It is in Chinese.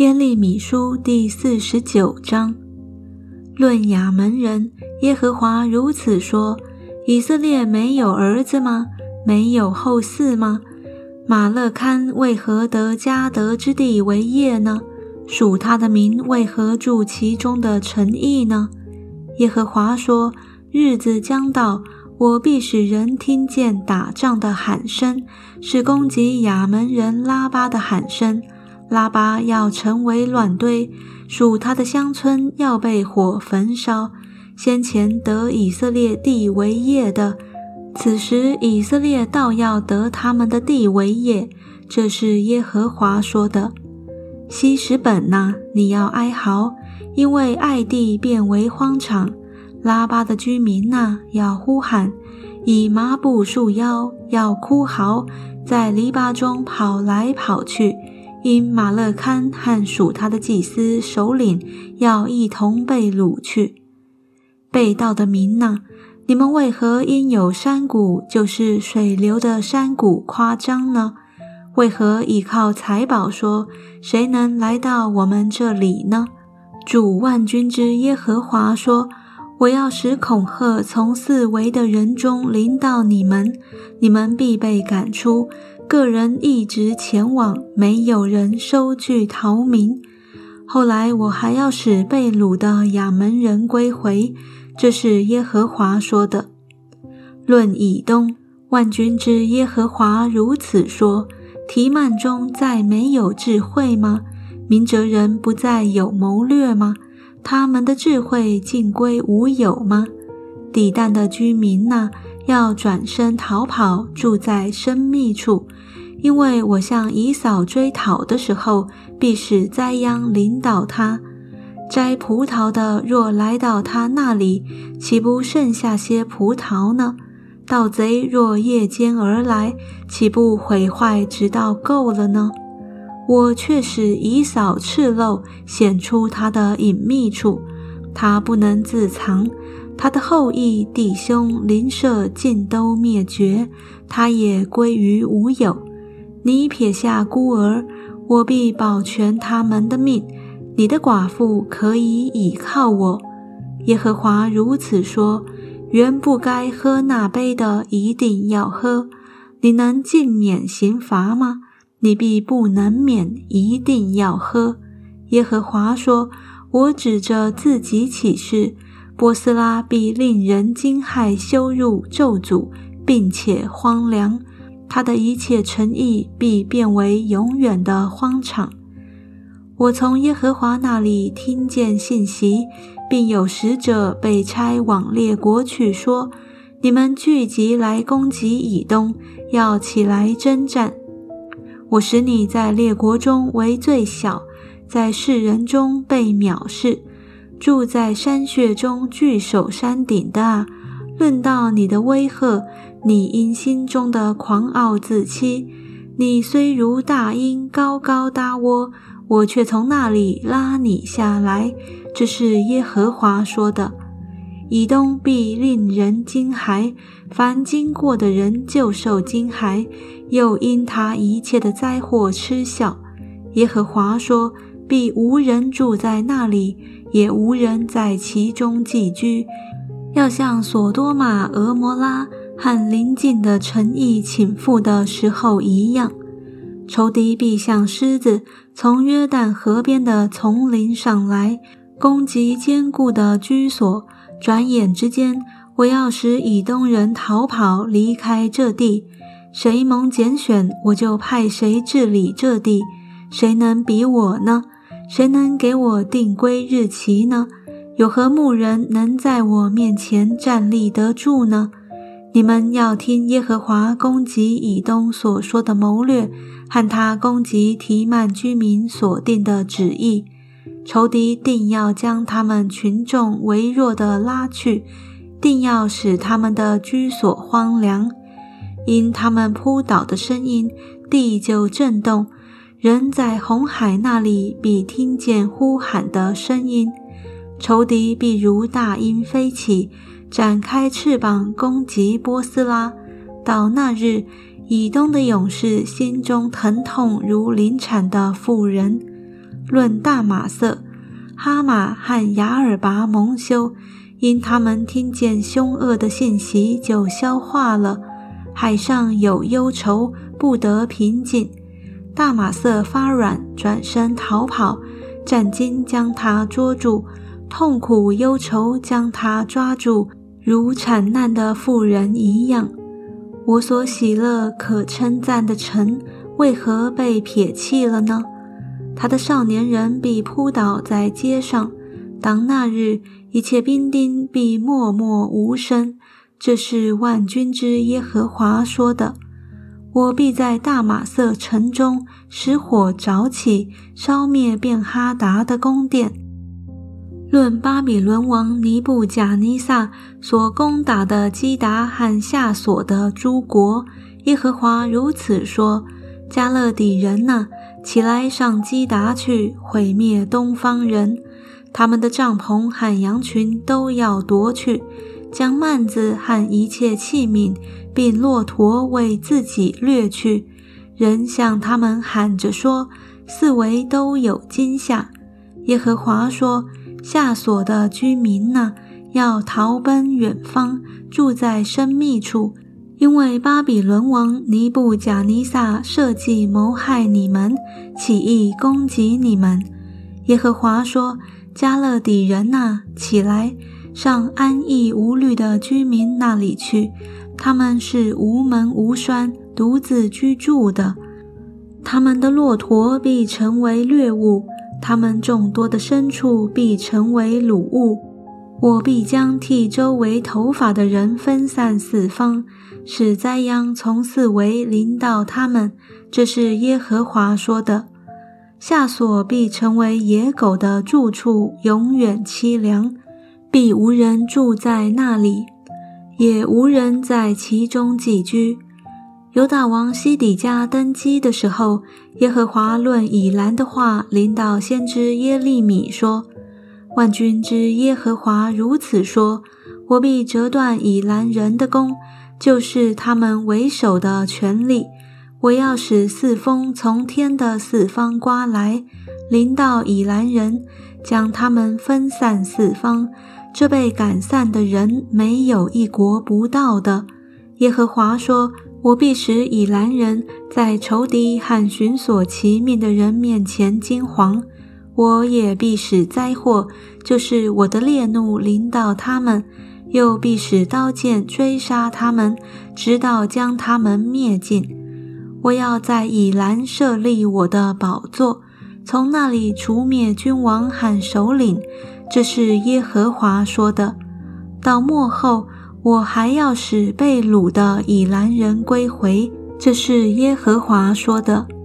耶利米书第49章。论亚门人，耶和华如此说：以色列没有儿子吗？没有后嗣吗？马勒堪为何得迦得之地为业呢？属他的民为何住其中的城邑呢？耶和华说：日子将到，我必使人听见打仗的喊声，是攻击亚门人拉巴的喊声。拉巴要成为乱堆，属他的乡村要被火焚烧。先前得以色列地为业的，此时以色列倒要得他们的地为业，这是耶和华说的。希实本哪，你要哀嚎，因为爱地变为荒场。拉巴的居民哪，要呼喊，以麻布束腰，要哭嚎，在篱笆中跑来跑去。因马勒堪和属他的祭司首领要一同被掳去。被盗的民哪，你们为何因有山谷，就是水流的山谷夸张呢？为何倚靠财宝说，谁能来到我们这里呢？主万军之耶和华说，我要使恐吓从四围的人中临到你们，你们必被赶出，个人一直前往，没有人收据逃民。后来我还要使被掳的亚门人归回，这是耶和华说的。论以东，万军之耶和华如此说：提曼中再没有智慧吗？明哲人不再有谋略吗？他们的智慧尽归无有吗？底但的居民哪，要转身逃跑，住在深密处，因为我向以扫追讨的时候，必使灾殃临到他。摘葡萄的若来到他那里，岂不剩下些葡萄呢？盗贼若夜间而来，岂不毁坏直到够了呢？我却使以扫赤露，显出他的隐秘处，他不能自藏，他的后裔弟兄邻舍尽都灭绝，他也归于无有。你撇下孤儿，我必保全他们的命，你的寡妇可以倚靠我。耶和华如此说：原不该喝那杯的，一定要喝。你能尽免刑罚吗？你必不能免，一定要喝。耶和华说：我指着自己起誓，波斯拉必令人惊骇、羞辱、咒诅，并且荒凉，他的一切诚意必变为永远的荒场。我从耶和华那里听见信息，并有使者被差往列国去说：你们聚集来攻击以东，要起来征战。我使你在列国中为最小，在世人中被藐视。住在山穴中据守山顶的啊，论到你的威吓，你因心中的狂傲自欺。你虽如大鹰高高搭窝，我却从那里拉你下来，这是耶和华说的。以东必令人惊骇，凡经过的人就受惊骇，又因他一切的灾祸嗤笑。耶和华说：必无人住在那里，也无人在其中寄居，要像所多玛、俄摩拉和邻近的城邑倾覆的时候一样。仇敌必像狮子从约旦河边的丛林上来，攻击坚固的居所。转眼之间，我要使以东人逃跑，离开这地。谁蒙拣选，我就派谁治理这地。谁能比我呢？谁能给我定规日期呢？有何牧人能在我面前站立得住呢？你们要听耶和华攻击以东所说的谋略，和他攻击提曼居民所定的旨意。仇敌定要将他们群众微弱的拉去，定要使他们的居所荒凉。因他们扑倒的声音，地就震动，人在红海那里必听见呼喊的声音。仇敌必如大鹰飞起，展开翅膀攻击波斯拉。到那日，以东的勇士心中疼痛如临产的妇人。 论大马色、哈马和雅尔拔蒙羞，因他们听见凶恶的信息就消化了。海上有忧愁，不得平静。大马色发软，转身逃跑，战兢将他捉住，痛苦忧愁将他抓住，如产难的妇人一样。我所喜乐可称赞的城，为何被撇弃了呢？他的少年人必扑倒在街上，当那日，一切兵丁必默默无声。这是万军之耶和华说的。我必在大马色城中使火着起，烧灭便哈达的宫殿。论巴比伦王尼布甲尼撒所攻打的基达和夏所的诸国，耶和华如此说：加勒底人哪，起来上基达去，毁灭东方人。他们的帐篷和羊群都要夺去，将幔子和一切器皿并骆驼为自己掠去。人向他们喊着说：四围都有惊吓。耶和华说：夏所的居民哪，要逃奔远方，住在深密处，因为巴比伦王尼布甲尼撒设计谋害你们，起意攻击你们。耶和华说：加勒底人哪，起来，上安逸无虑的居民那里去，他们是无门无栓，独自居住的。他们的骆驼必成为掠物，他们众多的牲畜必成为掳物。我必将剃周围头发的人分散四方，使灾殃从四围临到他们。这是耶和华说的。夏所必成为野狗的住处，永远凄凉，必无人住在那里，也无人在其中寄居。犹大王西底家登基的时候，耶和华论以兰的话临到先知耶利米说：万军之耶和华如此说：我必折断以兰人的弓，就是他们为首的权力。我要使四风从天的四方刮来，临到以兰人，将他们分散四方。这被赶散的人，没有一国不到的。耶和华说：我必使以兰人在仇敌和寻索其命的人面前惊惶。我也必使灾祸，就是我的烈怒临到他们，又必使刀剑追杀他们，直到将他们灭尽。我要在以兰设立我的宝座，从那里除灭君王和首领。这是耶和华说的。到末后，我还要使被掳的以兰人归回。这是耶和华说的。